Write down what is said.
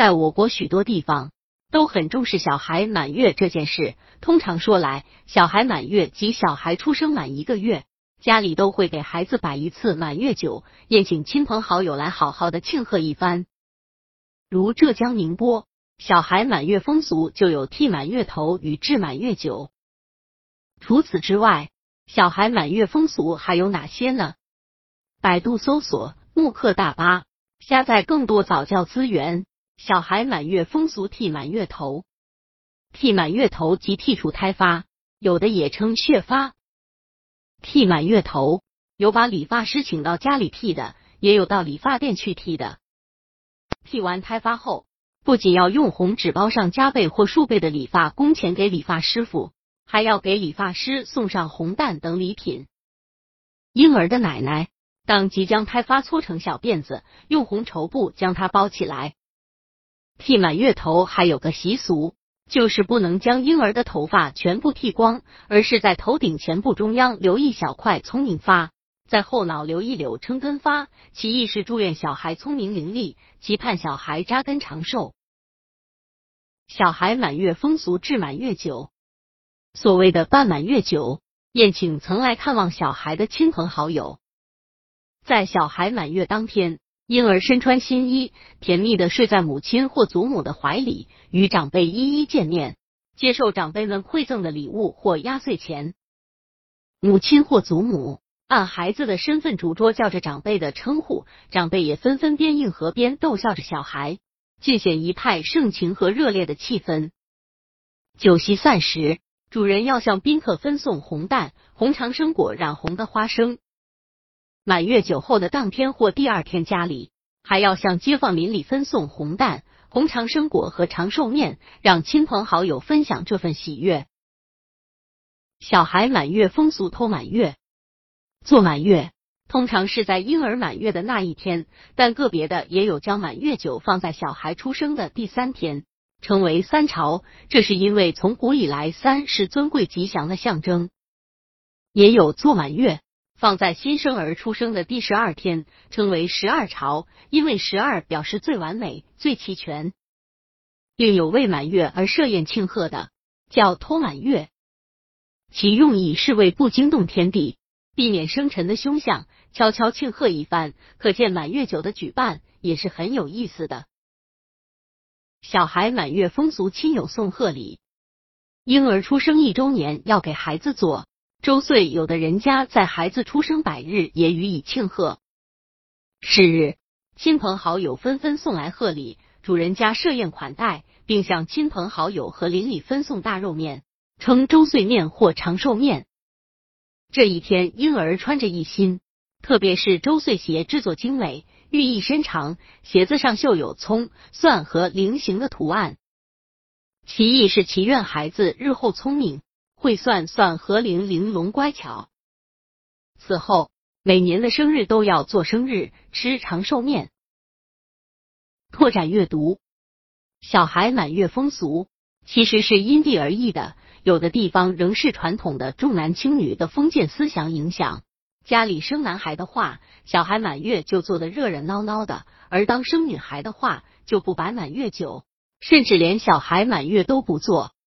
在我国许多地方都很重视小孩满月这件事。通常说来，小孩满月即小孩出生满1个月，家里都会给孩子摆一次满月酒，宴请亲朋好友来好好的庆贺一番。如浙江宁波，小孩满月风俗就有剃满月头与制满月酒。除此之外，小孩满月风俗还有哪些呢？百度搜索木刻大巴，下载更多早教资源。小孩满月风俗剃满月头。剃满月头即剔除胎发，有的也称血发。剃满月头有把理发师请到家里剃的，也有到理发店去剃的。剃完胎发后，不仅要用红纸包上加倍或数倍的理发工钱给理发师傅，还要给理发师送上红蛋等礼品。婴儿的奶奶当即将胎发搓成小辫子，用红绸布将它包起来。剃满月头还有个习俗，就是不能将婴儿的头发全部剃光，而是在头顶前部中央留一小块聪明发，在后脑留一绺撑根发，其意是祝愿小孩聪明伶俐，期盼小孩扎根长寿。小孩满月风俗制满月酒。所谓的办满月酒，宴请曾来看望小孩的亲朋好友。在小孩满月当天，婴儿身穿新衣，甜蜜地睡在母亲或祖母的怀里，与长辈一一见面，接受长辈们馈赠的礼物或压岁钱。母亲或祖母按孩子的身份逐桌叫着长辈的称呼，长辈也纷纷边应和边逗笑着小孩，尽显一派盛情和热烈的气氛。酒席散时，主人要向宾客分送红蛋、红长生果染红的花生。满月酒后的当天或第二天，家里还要向街坊邻里分送红蛋、红长生果和长寿面，让亲朋好友分享这份喜悦。小孩满月风俗偷满月。做满月通常是在婴儿满月的那一天，但个别的也有将满月酒放在小孩出生的第3天，称为3朝，这是因为从古以来3是尊贵吉祥的象征。也有做满月放在新生儿出生的第12天，称为12朝，因为12表示最完美、最齐全。另有为满月而设宴庆贺的，叫偷满月，其用意是为不惊动天地，避免生辰的凶相，悄悄庆贺一番。可见满月酒的举办也是很有意思的。小孩满月风俗亲友送贺礼。婴儿出生1周年要给孩子做周岁，有的人家在孩子出生100日也予以庆贺。是日，亲朋好友纷纷送来贺礼，主人家设宴款待，并向亲朋好友和邻里分送大肉面，称周岁面或长寿面。这一天，婴儿穿着一新，特别是周岁鞋制作精美，寓意深长，鞋子上绣有葱、蒜和菱形的图案，其意是祈愿孩子日后聪明，会算算和玲珑乖巧。此后每年的生日都要做生日，吃长寿面。拓展阅读。小孩满月风俗其实是因地而异的，有的地方仍是传统的重男轻女的封建思想影响，家里生男孩的话，小孩满月就做得热热闹闹的，而当生女孩的话，就不摆满月酒，甚至连小孩满月都不做。